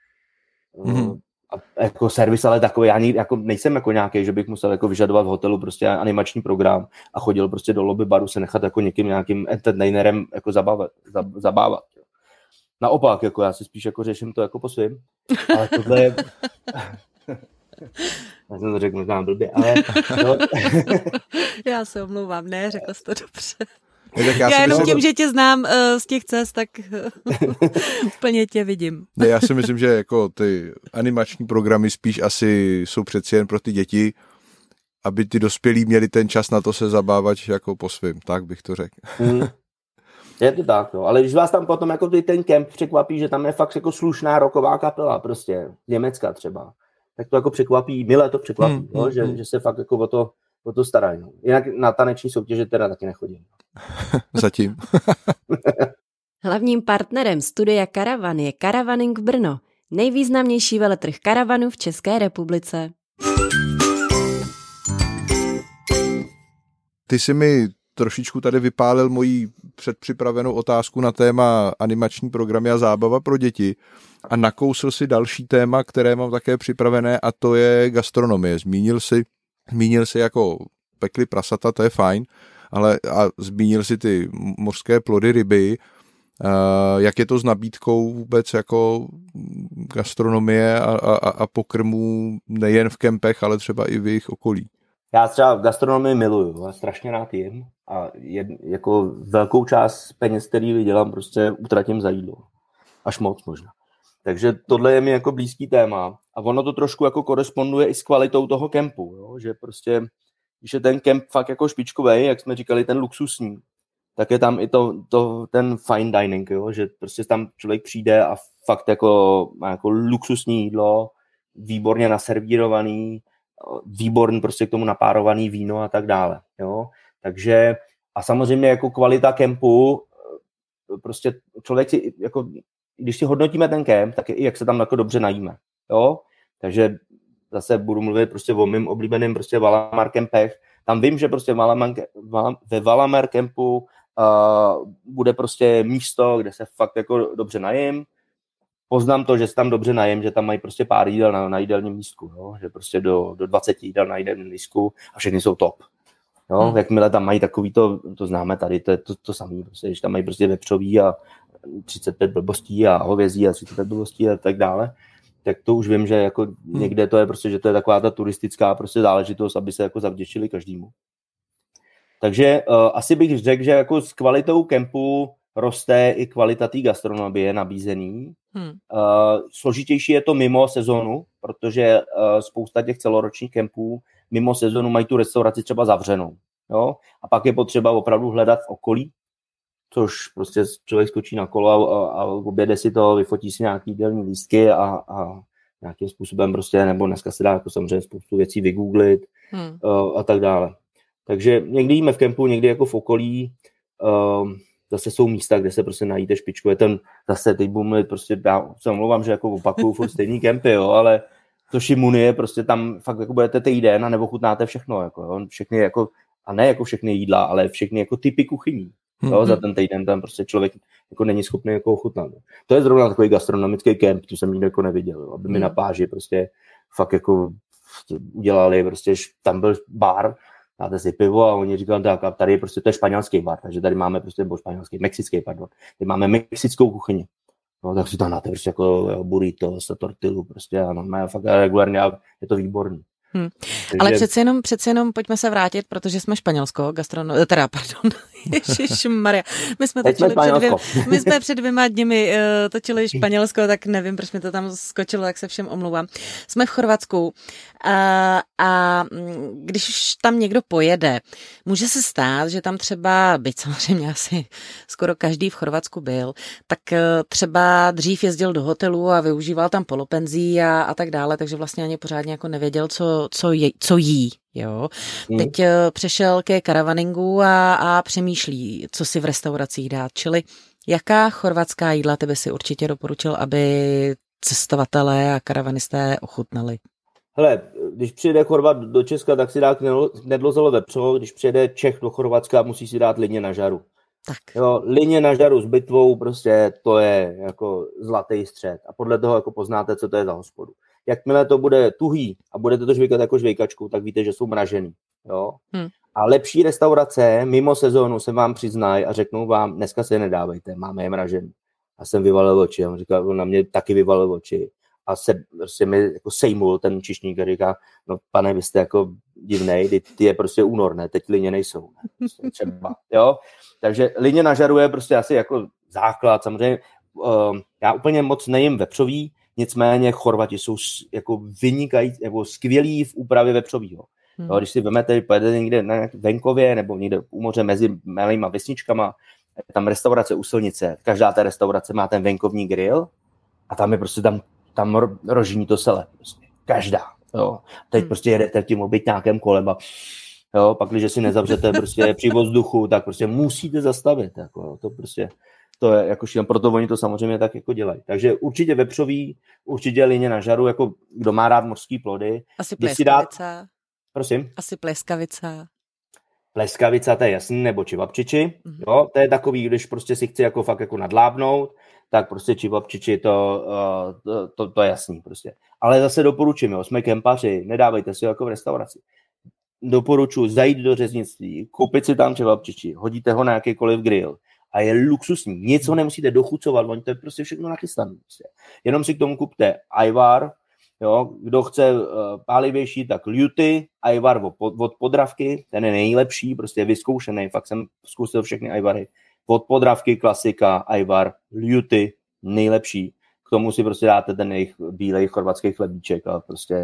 C: A jako servis, ale takový, já jako nejsem jako nějaký, že bych musel jako vyžadovat v hotelu prostě animační program a chodil prostě do lobby baru se nechat jako nějakým entertainerem jako zabávat. Jo. Naopak, jako já si spíš jako řeším to jako po svým, ale tohle je... Já jsem to řekl možná blbě, ale... No.
A: Já se omlouvám, ne, řekl jsi to dobře.
B: Tak
A: já jenom tím, že tě znám z těch cest, tak úplně tě vidím.
B: Ne, já si myslím, že jako ty animační programy spíš asi jsou přeci jen pro ty děti, aby ty dospělí měli ten čas na to se zabávat jako po svým, tak bych to řekl.
C: Je to tak, no. Ale když vás tam potom jako ten kemp překvapí, že tam je fakt jako slušná rocková kapela, prostě z Německa třeba, tak to jako překvapí, milé to překvapí, že se fakt jako o to starají. No. Jinak na taneční soutěže teda taky nechodím.
B: Zatím.
D: Hlavním partnerem studia Caravan je Caravaning Brno, nejvýznamnější veletrh karavanů v České republice.
B: Ty jsi mi trošičku tady vypálil moji předpřipravenou otázku na téma animační programy a zábava pro děti a nakousl si další téma, které mám také připravené a to je gastronomie. Zmínil si jako pekli prasata, to je fajn, ale a zmínil si ty mořské plody, ryby. Jak je to s nabídkou vůbec jako gastronomie a pokrmů nejen v kempech, ale třeba i v jejich okolí?
C: Já třeba gastronomii miluju, já strašně rád jim a jako velkou část peněz, který vydělám, prostě utratím za jídlo. Až moc možná. Takže tohle je mi jako blízký téma a ono to trošku jako koresponduje i s kvalitou toho kempu, jo? Že prostě, když je ten kemp fakt jako špičkovej, jak jsme říkali, ten luxusní, tak je tam i ten fine dining, jo? Že prostě tam člověk přijde a fakt jako má jako luxusní jídlo, výborně naservírovaný, výborný prostě k tomu napárovaný víno a tak dále, jo? Takže a samozřejmě jako kvalita kempu, prostě člověk si jako, když si hodnotíme ten kemp, tak je i jak se tam jako dobře najíme, jo? Takže zase budu mluvit prostě o mým oblíbeným prostě Valamar kempech. Tam vím, že prostě ve Valamar kempu bude prostě místo, kde se fakt jako dobře najím. Poznám to, že se tam dobře najím, že tam mají prostě pár jídel na jídelním lístku, jo? Že prostě do 20 jídel na jídelním lístku a všechny jsou top. Jo? Jakmile tam mají takový to známe tady, to je to samé, prostě, když tam mají prostě vepřový a 35 blbostí a hovězí a 35 blbostí a tak dále, tak to už vím, že jako někde to je prostě, že to je taková ta turistická prostě záležitost, aby se jako zavděčili každému. Takže asi bych řekl, že jako s kvalitou kempu roste i kvalita té gastronomie nabízený. Složitější je to mimo sezonu, protože spousta těch celoročních kempů mimo sezonu mají tu restauraci třeba zavřenou. Jo? A pak je potřeba opravdu hledat v okolí, což prostě člověk skočí na kolo a objede si to, vyfotí si nějaký jídelní lístky a nějakým způsobem prostě, nebo dneska se dá jako samozřejmě spoustu věcí vygooglit a tak dále. Takže někdy jíme v kempu, někdy jako v okolí, zase jsou místa, kde se prostě najíte špičku, je ten zase, teď budu mluvit, prostě já se omlouvám, že jako opakuju furt stejný kempy, jo, ale to Šimuny prostě tam fakt jako budete týden a nebo chutnáte všechno, jako, jo, všechny jako, a ne jako všechny jídla, ale všechny jako typy kuchyní. Jo, za ten týden tam prostě člověk jako není schopný jako ochutnat. To je zrovna takový gastronomický kemp, to jsem nikdy jako neviděl, jo, aby mi na pláži prostě fakt jako udělali, prostě tam byl bar, dáte si pivo a oni říkali, tak a tady je prostě to je španělský bar, takže tady máme prostě, mexický, pardon, tady máme mexickou kuchyni. No, tak si tam dáte prostě jako burrito, tortillu prostě a normálně fakt regulárně a je to výborný.
A: Takže... Ale přece jenom pojďme se vrátit, protože jsme Španělsko, Ježišmarja. My jsme před 2 dny točili Španělsko, tak nevím, proč mi to tam skočilo, tak se všem omlouvám. Jsme v Chorvatsku a když už tam někdo pojede, může se stát, že tam třeba, byť samozřejmě asi skoro každý v Chorvatsku byl, tak třeba dřív jezdil do hotelu a využíval tam polopenzí a tak dále, takže vlastně ani pořádně jako nevěděl, co jí. Jo. Teď přešel ke karavaningu a přemýšlí, co si v restauracích dát. Čili jaká chorvatská jídla ty by si určitě doporučil, aby cestovatelé a karavanisté ochutnali?
C: Hele, když přijede Chorvat do Česka, tak si dá knedlozelo vepřo, když přijede Čech do Chorvatska, musí si dát lině na žaru.
A: Tak.
C: Jo, lině na žaru s bitvou, prostě to je jako zlatý střed a podle toho jako poznáte, co to je za hospodu. Jakmile to bude tuhý a budete to žvejkat jako žvejkačku, tak víte, že jsou mražený. Jo? A lepší restaurace mimo sezónu se vám přiznají a řeknou vám, dneska se je nedávejte, máme je mražený. A jsem vyvalil oči, a on říkal, on na mě taky vyvalil oči. A se mi jako sejmul ten čišník a říká, no pane, vy jste jako divnej, ty je prostě únorné, teď lině nejsou. Prostě třeba, jo? Takže lině na žaru je prostě asi jako základ, samozřejmě. Já úplně moc nejím vepřový, nicméně Chorvati jsou jako vynikající, nebo skvělí v úpravě vepřovýho. Jo, když si vemete, pojedete někde na venkově nebo někde u moře mezi malýma vesničkama, je tam restaurace u silnice, každá ta restaurace má ten venkovní grill a tam je prostě tam rožní to sele. Prostě. Každá. Jo. Teď prostě jedete tím obytňákem kolem a jo, pak, když si nezavřete prostě při vzduchu, tak prostě musíte zastavit. Jako, to prostě to je jako šílen, proto oni to samozřejmě tak jako dělají. Takže určitě vepřový, určitě lině na žaru, jako kdo má rád mořský plody.
A: Asi pleskavica.
C: Prosím?
A: Asi pleskavica.
C: Pleskavica, to je jasný, nebo čivapčiči. Jo, to je takový, když prostě si chci jako fakt jako nadlábnout, tak prostě čivapčiči to je jasný prostě. Ale zase doporučím, jo, jsme kempaři, nedávejte si jako v restauraci. Doporučuji zajít do řeznictví, koupit si tam čivapčiči, hodíte ho na jakýkoliv grill a je luxusní. Nic ho nemusíte dochucovat, oni to je prostě všechno nachystané. Prostě. Jenom si k tomu kupte ajvar, jo, kdo chce pálivější, tak ljuty, ajvar od Podravky, ten je nejlepší, prostě je vyzkoušený, fakt jsem zkusil všechny ajvary. Od Podravky, klasika, ajvar, ljuty, nejlepší. K tomu si prostě dáte ten jejich bílej chorvatský chlebíček a prostě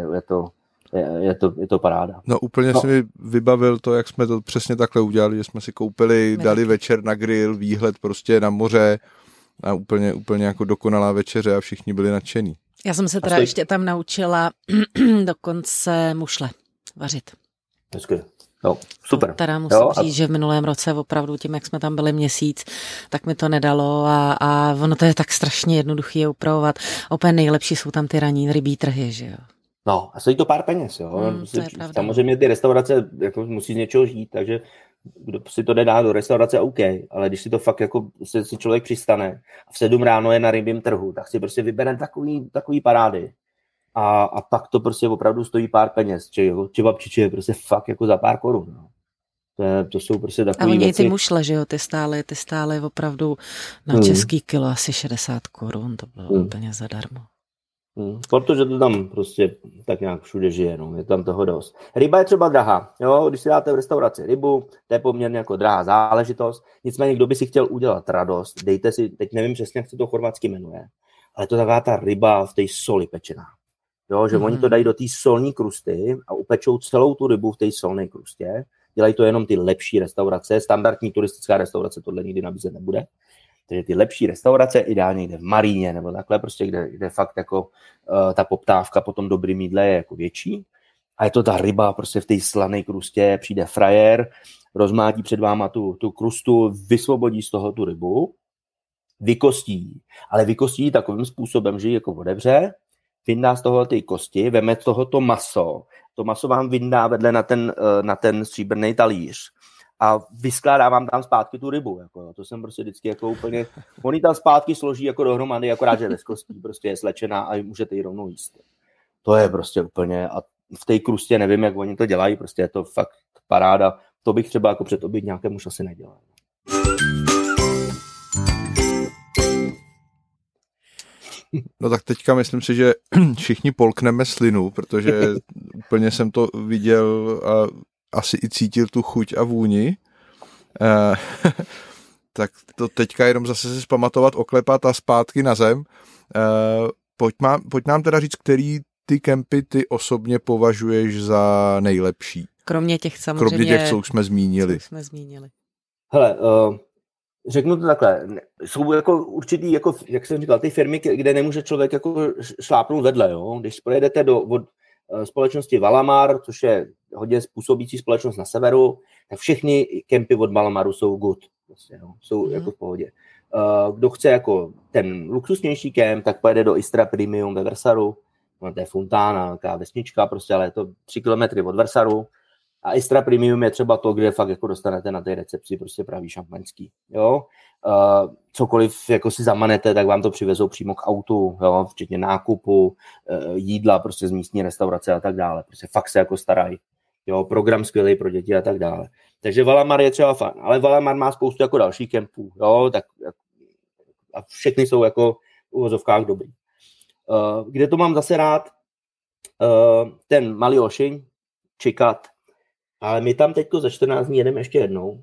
C: je to paráda.
B: No úplně si mi vybavil to, jak jsme to přesně takhle udělali, že jsme si koupili, dali večer na grill, výhled prostě na moře a úplně jako dokonalá večeře a všichni byli nadšení.
A: Já jsem se teda ještě tam naučila dokonce mušle vařit.
C: Hezky. Jo, super.
A: Teda musím říct, že v minulém roce opravdu tím, jak jsme tam byli měsíc, tak mi to nedalo a ono to je tak strašně jednoduché je upravovat. Opět nejlepší jsou tam ty ranní rybí trhy, že jo.
C: No, a stojí to pár peněz, jo. Samozřejmě ty restaurace jako musí z něčeho žít, takže kdo si to nedá do restaurace, OK, ale když si to fakt jako si člověk přistane a v 7 ráno je na rybím trhu, tak si prostě vybere takový parády. A pak to prostě opravdu stojí pár peněz. Čivapčiči je prostě fakt jako za pár korun. No. To jsou prostě takový
A: věci. A
C: oni
A: ty mušle, že jo, ty stály opravdu na český kilo asi 60 korun, to bylo úplně zadarmo.
C: Protože to tam prostě tak nějak všude žije, no, je tam toho dost. Ryba je třeba drahá, jo, když si dáte v restauraci rybu, to je poměrně jako drahá záležitost, nicméně kdo by si chtěl udělat radost, dejte si, teď nevím přesně, jak se to chorvatsky jmenuje, ale to taková ta ryba v té soli pečená. Jo, že oni to dají do té solní krusty a upečou celou tu rybu v té solné krustě. Dělají to jenom ty lepší restaurace, standardní turistická restaurace tohle nikdy nabízet nebude. Takže ty lepší restaurace, ideálně někde v Maríně nebo takhle, prostě kde fakt jako ta poptávka po tom dobrým jídle je jako větší. A je to ta ryba prostě v té slané krustě, přijde frajer, rozmátí před váma tu krustu, vysvobodí z toho tu rybu, vykostí, ale vykostí takovým způsobem, že ji jako odevře, vyndá z toho ty kosti, veme z toho to maso vám vyndá vedle na ten stříbrný talíř a vyskládá vám tam zpátky tu rybu. Jako, to jsem prostě vždycky jako úplně, oni tam zpátky složí jako dohromady, akorát, že bez kostí, prostě je slečená a můžete ji rovnou jíst. To je prostě úplně, a v té krustě nevím, jak oni to dělají, prostě je to fakt paráda. To bych třeba jako před obědňákem už asi nedělal.
B: No tak teďka myslím si, že všichni polkneme slinu, protože úplně jsem to viděl a asi i cítil tu chuť a vůni. Tak to teďka jenom zase si zpamatovat, oklepat a zpátky na zem. Pojď nám teda říct, který ty kempy ty osobně považuješ za nejlepší.
A: Kromě těch samozřejmě.
B: Kromě těch, co už jsme zmínili.
C: Hele, řeknu to takhle, jsou jako určitý, jako, jak jsem říkal, ty firmy, kde nemůže člověk jako šlápnout vedle, jo? Když projedete od společnosti Valamar, což je hodně způsobící společnost na severu, tak všechny kempy od Valamaru jsou good, vlastně, no? Jsou jako v pohodě. Kdo chce jako ten luxusnější kemp, tak pojede do Istra Premium ve Versaru, no, to je fontána, taková vesnička, prostě, ale je to 3 kilometry od Versaru. A Istra Premium je třeba to, kde fakt jako dostanete na té recepci prostě pravý šampaňský, jo. Cokoliv jako si zamanete, tak vám to přivezou přímo k autu, jo, včetně nákupu, jídla prostě z místní restaurace a tak dále. Prostě fakt se jako starají, jo, program skvělý pro děti a tak dále. Takže Valamar je třeba fajn, ale Valamar má spoustu jako dalších kempů, jo, tak a všechny jsou jako v uvozovkách dobrý. Kde to mám zase rád, ten Malý Lošeň, Čikat, ale my tam teďko za 14 dní jedeme ještě jednou,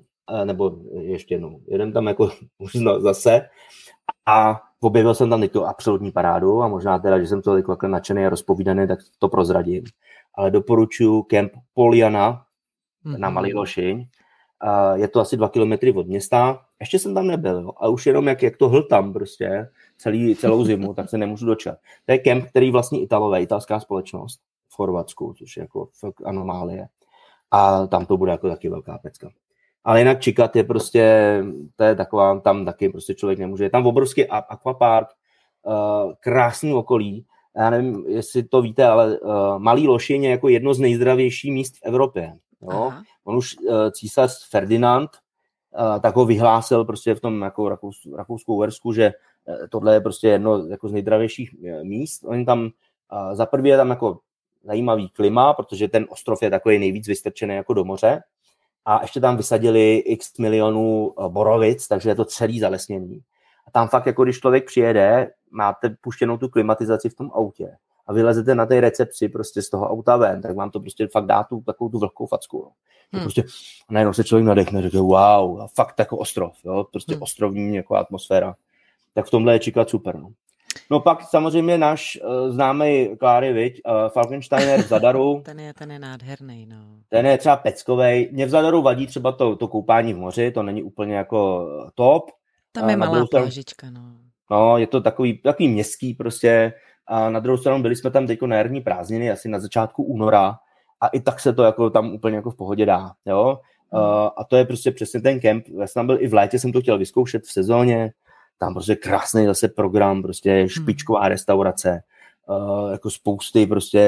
C: jedem tam jako už zase a objevil jsem tam teďko absolutní parádu a možná teda, že jsem to jako nadšený a rozpovídaný, tak to prozradím, ale doporučuji kemp Poliana na Malý Lošeň. Je to asi 2 kilometry od města, ještě jsem tam nebyl, jo. A už jenom jak to hltám prostě celou zimu, tak se nemůžu dočkat. To je kemp, který vlastní Italové, italská společnost v Chorvatsku, což je jako fakt anomálie. A tam to bude jako taky velká pecka. Ale jinak Čikat je prostě, to je taková, tam taky prostě člověk nemůže. Je tam obrovský akvapark, krásný okolí. Já nevím, jestli to víte, ale Malý Lošeň je jako jedno z nejzdravějších míst v Evropě. Jo? On už císař Ferdinand tak ho vyhlásil prostě v tom jako Rakouskou Uhersku, že tohle je prostě jedno jako z nejzdravějších míst. Oni tam za prvé je tam jako zajímavý klima, protože ten ostrov je takový nejvíc vystrčený jako do moře. A ještě tam vysadili x milionů borovic, takže je to celý zalesněný. A tam fakt, jako když člověk přijede, máte puštěnou tu klimatizaci v tom autě a vylezete na té recepci prostě z toho auta ven, tak vám to prostě fakt dá takovou tu vlhkou facku. To prostě najednou se člověk nadechne, řekne wow, a fakt jako ostrov, jo? Prostě ostrovní jako atmosféra. Tak v tomhle je Čikat super. No pak samozřejmě náš známý Kláry, viď, Falkensteiner v Zadaru.
A: ten je nádherný, no.
C: Ten je třeba peckovej. Mě v Zadaru vadí třeba to koupání v moři, to není úplně jako top.
A: Tam je malá plážička, no.
C: No, je to takový městský prostě. A na druhou stranu byli jsme tam teďko na jarní prázdniny, asi na začátku února. A i tak se to jako tam úplně jako v pohodě dá, jo. A to je prostě přesně ten kemp. Já jsem tam byl i v létě, jsem to chtěl vyzkoušet v sezóně. Tam prostě krásný zase program, prostě špičková restaurace, jako spousty.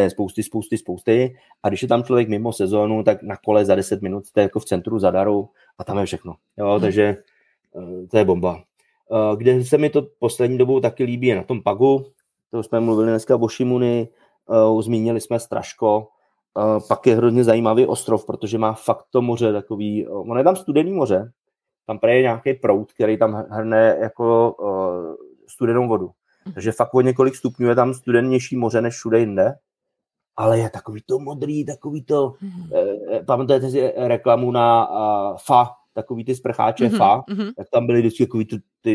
C: A když je tam člověk mimo sezónu, tak na kole za 10 minut jste jako v centru Zadaru a tam je všechno. Jo, takže to je bomba. Kde se mi to poslední dobou taky líbí, je na tom Pagu. To jsme mluvili dneska o Šimuni, zmínili jsme Straško. Pak je hrozně zajímavý ostrov, protože má fakt to moře takový, ono je tam studený moře, tam je nějaký proud, který tam hrne jako studenou vodu. Takže fakt o několik stupňů je tam studenější moře než všude jinde, ale je takový to modrý, takový to, pamatujete si reklamu na FA, takový ty sprcháče FA, tak tam byly vždycky takový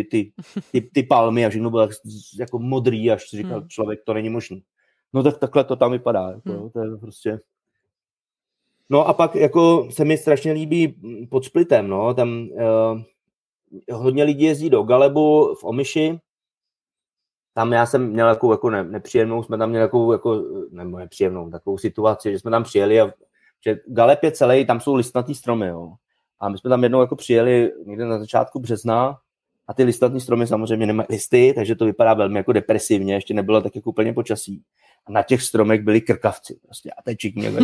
C: ty palmy a všechno bylo jako modrý, až si říkal člověk, to není možný. No tak takhle to tam vypadá, jako, to je prostě... No a pak jako se mi strašně líbí pod Splitem, no, tam hodně lidí jezdí do Galebu v Omiši. Tam já jsem měl jako nepříjemnou, jsme tam měli nebo nepříjemnou takovou situaci, že jsme tam přijeli a že Galeb je celý, tam jsou listnatý stromy, jo. A my jsme tam jednou jako přijeli někde na začátku března a ty listnatý stromy samozřejmě nemají listy, takže to vypadá velmi jako depresivně, ještě nebylo tak jako úplně počasí. A na těch stromech byli krkavci prostě a teď všichni byli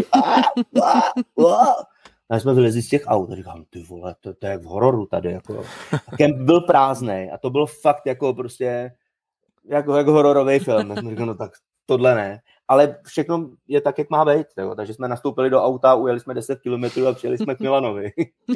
C: a jsme vylezli z těch aut a říkám, ty vole, to je jak v hororu tady, jako. A kemp byl prázdnej a to byl fakt jako prostě jako hororový film. Tak jsme říkali, no tak tohle ne. Ale všechno je tak, jak má být. Jo. Takže jsme nastoupili do auta, ujeli jsme 10 kilometrů a přijeli jsme k Milanovi.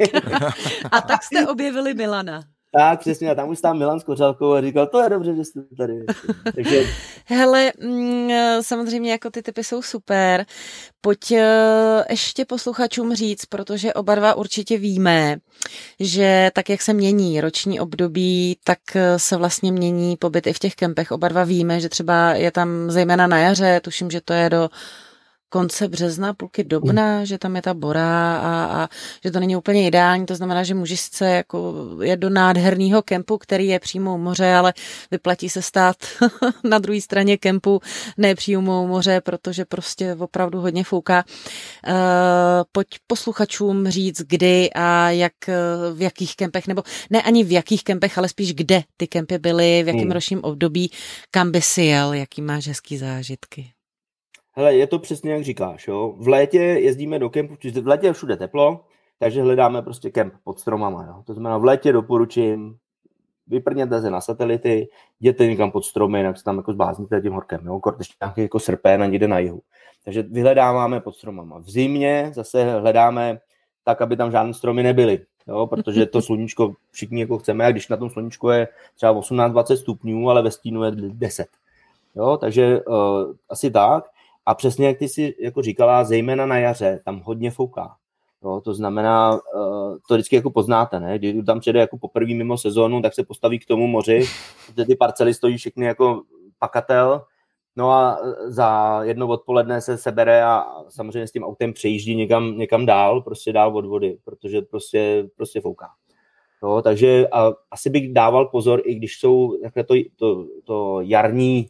A: A tak jste objevili Milana.
C: Tak, přesně. A tam už stál Milan s Kořálkou a říkal, to je dobře, že jste tady. Takže...
A: Hele, samozřejmě jako ty typy jsou super. Pojď ještě posluchačům říct, protože oba dva určitě víme, že tak, jak se mění roční období, tak se vlastně mění pobyt i v těch kempech. Oba dva víme, že třeba je tam zejména na jaře, tuším, že to je do konce března, půlky dubna, že tam je ta bora a že to není úplně ideální, to znamená, že můžeš se jako jet do nádherného kempu, který je přímo u moře, ale vyplatí se stát na druhé straně kempu, ne přímo u moře, protože prostě opravdu hodně fouká. Pojď posluchačům říct, kdy a jak, v jakých kempech, nebo ne ani v jakých kempech, ale spíš kde ty kempy byly, v jakém ročním období, kam by si jel, jaký máš hezký zážitky.
C: Hele, je to přesně jak říkáš, jo. V létě jezdíme do kempu, v létě je všude teplo, takže hledáme prostě kemp pod stromama, jo. To znamená, v létě doporučím, vyprněte se na satelity, jděte někam pod stromy, jinak se tam jako zblázníte tím horkem, jo. Ještě nějaký jako srpen a někde na jihu. Takže vyhledáváme pod stromama. V zimě zase hledáme tak, aby tam žádné stromy nebyly, jo, protože to sluníčko všichni jako chceme, a když na tom sluníčku je třeba 18-20 stupňů, ale ve stínu je 10. Jo, takže asi tak. A přesně jak ty si jako říkala, zejména na jaře, tam hodně fouká. Jo, to znamená, to vždycky jako poznáte, ne? Když tam přijde jako poprvé mimo sezónu, tak se postaví k tomu moři, protože ty parcely stojí všechny jako pakatel, no a za jedno odpoledne se sebere a samozřejmě s tím autem přejíždí někam dál, prostě dál od vody, protože prostě fouká. Jo, takže asi bych dával pozor, i když jsou to jarní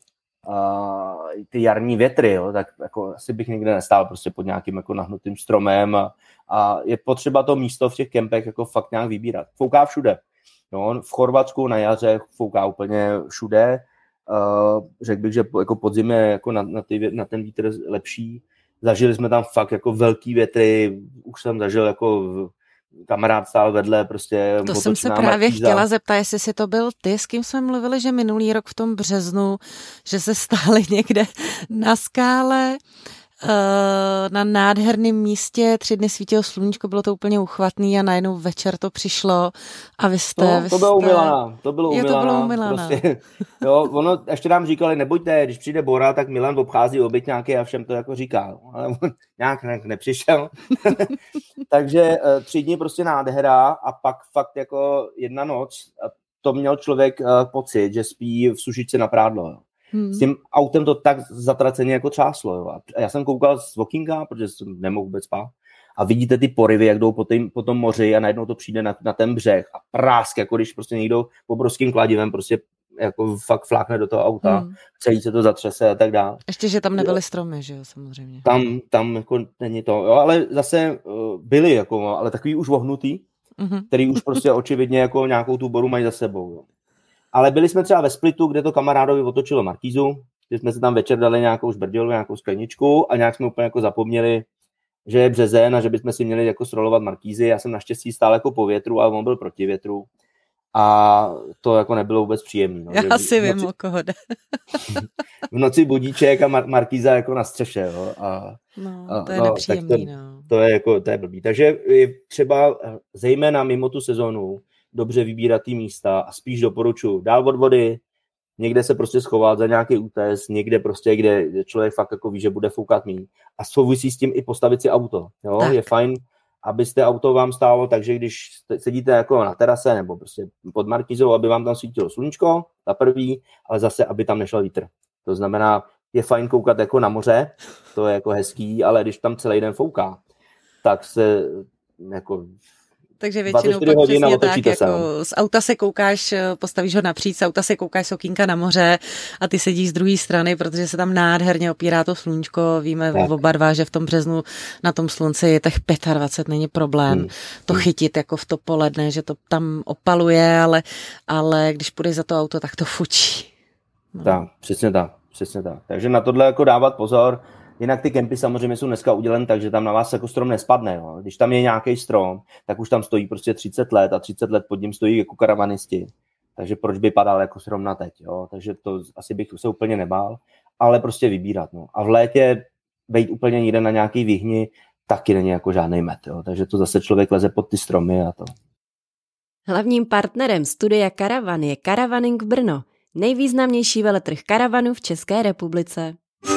C: ty jarní větry, jo, tak jako asi bych nikde nestál prostě pod nějakým jako nahnutým stromem a je potřeba to místo v těch kempech jako fakt nějak vybírat. Fouká všude. No, v Chorvatsku na jaře fouká úplně všude. Řekl bych, že jako podzim je jako na ten vítr lepší. Zažili jsme tam fakt jako velký větry. Už jsem zažil jako kamarád stál vedle, prostě.
A: To jsem se právě chtěla zeptat, jestli si to byl ty, s kým jsme mluvili, že minulý rok v tom březnu, že se stáli někde na skále, na nádherném místě, 3 dny svítilo sluníčko, bylo to úplně uchvatný a najednou večer to přišlo a vy jste...
C: To bylo u Milana. To bylo u
A: Milana.
C: Prostě, jo, ono ještě nám říkali, nebojte, když přijde Bora, tak Milan obchází obytňáky a všem to jako říká. Ale on nějak nepřišel. Takže 3 dny prostě nádhera a pak fakt jako jedna noc a to měl člověk pocit, že spí v sušičce na prádlo. Jo. S tím autem to tak zatraceně jako třáslo. Jo. A já jsem koukal z okýnka, protože jsem nemohl vůbec spát. A vidíte ty porivy, jak jdou po tom moři a najednou to přijde na ten břeh a prásk, jako když prostě někdo obrovským kladivem prostě jako fakt flákne do toho auta, celý se to zatřese a tak dále.
A: Ještě, že tam nebyly stromy, že jo, samozřejmě.
C: Tam jako není to, jo, ale zase byly, jako, ale takový už vohnutý, který už prostě očividně jako nějakou tu boru mají za sebou. Jo. Ale byli jsme třeba ve Splitu, kde to kamarádovi otočilo markízu, kde jsme se tam večer dali nějakou žbrdělu, nějakou skleničku a nějak jsme úplně jako zapomněli, že je březen a že bychom si měli jako strolovat markízy. Já jsem naštěstí stál jako po větru, ale on byl proti větru. A to jako nebylo vůbec příjemné. No,
A: já si vím, o koho jde.
C: V noci budíček a markíza jako na střeše. Jo,
A: to je nepříjemný.
C: To je blbý. Takže je třeba zejména mimo tu sezonu dobře vybírat ty místa a spíš doporučuji dál od vody, někde se prostě schovat za nějaký útes, někde prostě, kde člověk fakt jako ví, že bude foukat míň. A souvisí s tím i postavit si auto. Jo? Je fajn, abyste auto vám stálo, takže když sedíte jako na terase nebo prostě pod markízou, aby vám tam svítilo sluníčko, za prvý, ale zase, aby tam nešel vítr. To znamená, je fajn koukat jako na moře, to je jako hezký, ale když tam celý den fouká, tak se jako
A: Takže většinou pak přesně tak, jako z auta se koukáš, postavíš ho napříč, z auta se koukáš z okýnka na moře a ty sedíš z druhé strany, protože se tam nádherně opírá to sluníčko. Víme oba dva, že v tom březnu na tom slunci je těch 25, není problém to chytit jako v to poledne, že to tam opaluje, ale když půjdeš za to auto, tak to fučí. No.
C: Tak, přesně tak. Takže na tohle jako dávat pozor. Jinak ty kempy samozřejmě jsou dneska udělen tak, že tam na vás jako strom nespadne. Jo. Když tam je nějaký strom, tak už tam stojí prostě 30 let a 30 let pod ním stojí jako karavanisti. Takže proč by padal jako strom na teď? Jo. Takže to asi bych se úplně nebál, ale prostě vybírat. No. A v létě být úplně někde na nějaký výhni taky není jako žádnej met. Jo. Takže to zase člověk leze pod ty stromy a to.
D: Hlavním partnerem studia Karavan je Caravaning Brno, nejvýznamnější veletrh karavanů v České republice.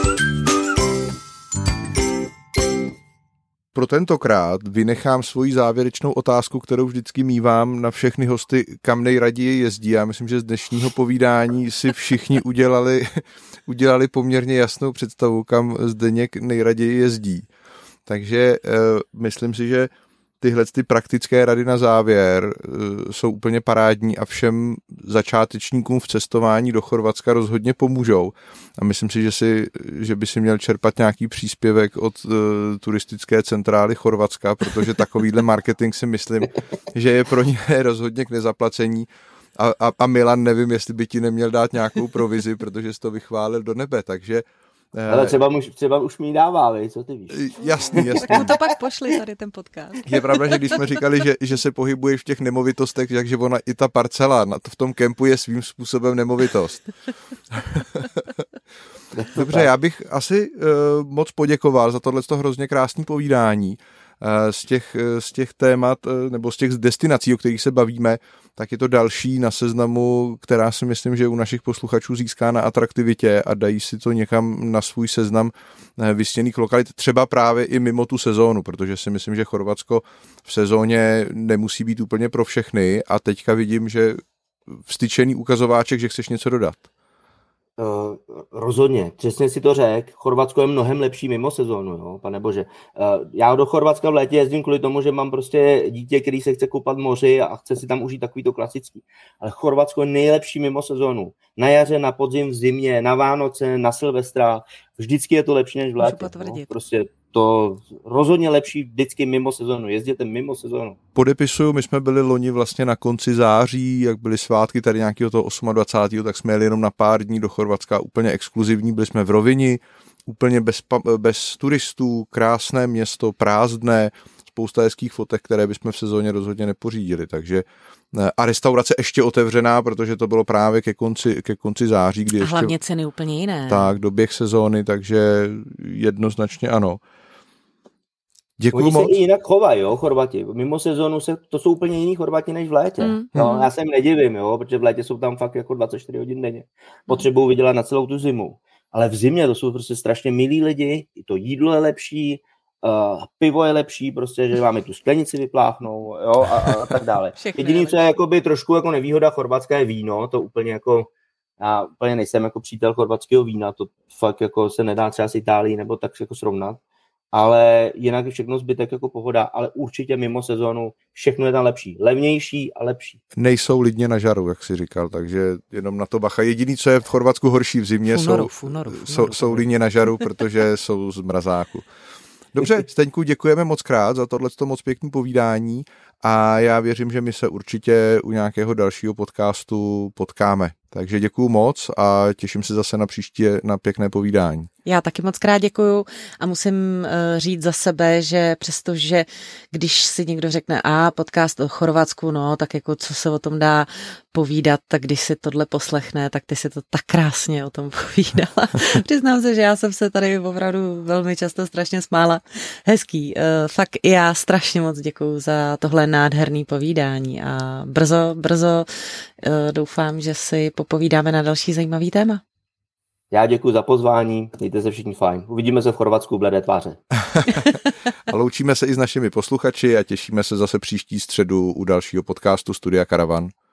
B: Pro tentokrát vynechám svoji závěrečnou otázku, kterou vždycky mívám na všechny hosty, kam nejraději jezdí. Já myslím, že z dnešního povídání si všichni udělali poměrně jasnou představu, kam Zdeněk nejraději jezdí. Takže myslím si, že tyhle ty praktické rady na závěr jsou úplně parádní a všem začátečníkům v cestování do Chorvatska rozhodně pomůžou. A myslím si, že by si měl čerpat nějaký příspěvek od turistické centrály Chorvatska, protože takovýhle marketing si myslím, že je pro ně rozhodně k nezaplacení. A Milan, nevím, jestli by ti neměl dát nějakou provizi, protože jsi to vychválil do nebe, takže
C: ale třeba už mi ji dává, vej, co ty víš?
B: Jasný.
A: Tak mu to pak pošli tady ten podcast.
B: Je pravda, že když jsme říkali, že se pohybuješ v těch nemovitostech, takže ona i ta parcela v tom kempu je svým způsobem nemovitost. Dobře, já bych asi moc poděkoval za tohleto hrozně krásné povídání. Z těch témat nebo z těch destinací, o kterých se bavíme, tak je to další na seznamu, která si myslím, že u našich posluchačů získá na atraktivitě a dají si to někam na svůj seznam vysněných lokalit, třeba právě i mimo tu sezónu, protože si myslím, že Chorvatsko v sezóně nemusí být úplně pro všechny a teďka vidím, že vstyčený ukazováček, že chceš něco dodat.
C: Rozhodně, přesně si to řekl. Chorvatsko je mnohem lepší mimo sezónu, jo, pane bože. Já do Chorvatska v létě jezdím kvůli tomu, že mám prostě dítě, který se chce koupat v moři a chce si tam užít takový to klasický. Ale Chorvatsko je nejlepší mimo sezónu. Na jaře, na podzim, v zimě, na Vánoce, na Silvestra. Vždycky je to lepší než v létě. No? Prostě to rozhodně lepší vždycky mimo sezónu. Jezděte mimo sezónu.
B: Podepisuju, my jsme byli loni vlastně na konci září, jak byly svátky tady nějakého toho 28. tak jsme jeli jenom na pár dní do Chorvatska, úplně exkluzivní, byli jsme v Rovinji, úplně bez turistů, krásné město, prázdné, spousta hezkých fotek, které bychom v sezóně rozhodně nepořídili, takže a restaurace ještě otevřená, protože to bylo právě ke konci září, kdy ještě... A
A: hlavně ceny úplně jiné.
B: Tak, doběh sezóny, takže jednoznačně ano. Děkuju moc.
C: Oni se i jinak chovají, jo, Chorvati. Mimo sezónu to jsou úplně jiní Chorvati než v létě. No, já se jim nedivím, jo, protože v létě jsou tam fakt jako 24 hodin denně. Potřebují vydělat na celou tu zimu. Ale v zimě to jsou prostě strašně milí lidi, i to jídlo je lepší, pivo je lepší, prostě, že máme tu sklenici vypláchnou, jo, a tak dále. Jediný, co je jakoby trošku jako nevýhoda Chorvatska, je víno, to úplně jako, já úplně nejsem jako přítel chorvatského vína, to fakt jako se nedá třeba s Itálií nebo tak jako srovnat, ale jinak všechno zbytek jako pohoda, ale určitě mimo sezónu všechno je tam lepší, levnější a lepší.
B: Nejsou lidně na žaru, jak jsi říkal, takže jenom na to bacha. Jediný, co je v Chorvatsku horší v zimě, jsou lidně na žaru, protože jsou z mrazáku. Dobře, Zdeňku, děkujeme moc krát za tohleto moc pěkný povídání a já věřím, že my se určitě u nějakého dalšího podcastu potkáme. Takže děkuju moc a těším se zase na příště na pěkné povídání.
A: Já taky moc krát děkuju a musím říct za sebe, že přestože když si někdo řekne podcast o Chorvatsku, no tak jako co se o tom dá povídat, tak když si tohle poslechne, tak ty si to tak krásně o tom povídala. Přiznám se, že já jsem se tady opravdu velmi často strašně smála. Hezký. Fakt i já strašně moc děkuju za tohle nádherný povídání a brzo doufám, že si popovídáme na další zajímavý téma.
C: Já děkuji za pozvání, mějte se všichni fajn. Uvidíme se v Chorvatsku bledé tváře.
B: A loučíme se i s našimi posluchači a těšíme se zase příští středu u dalšího podcastu Studia Karavan.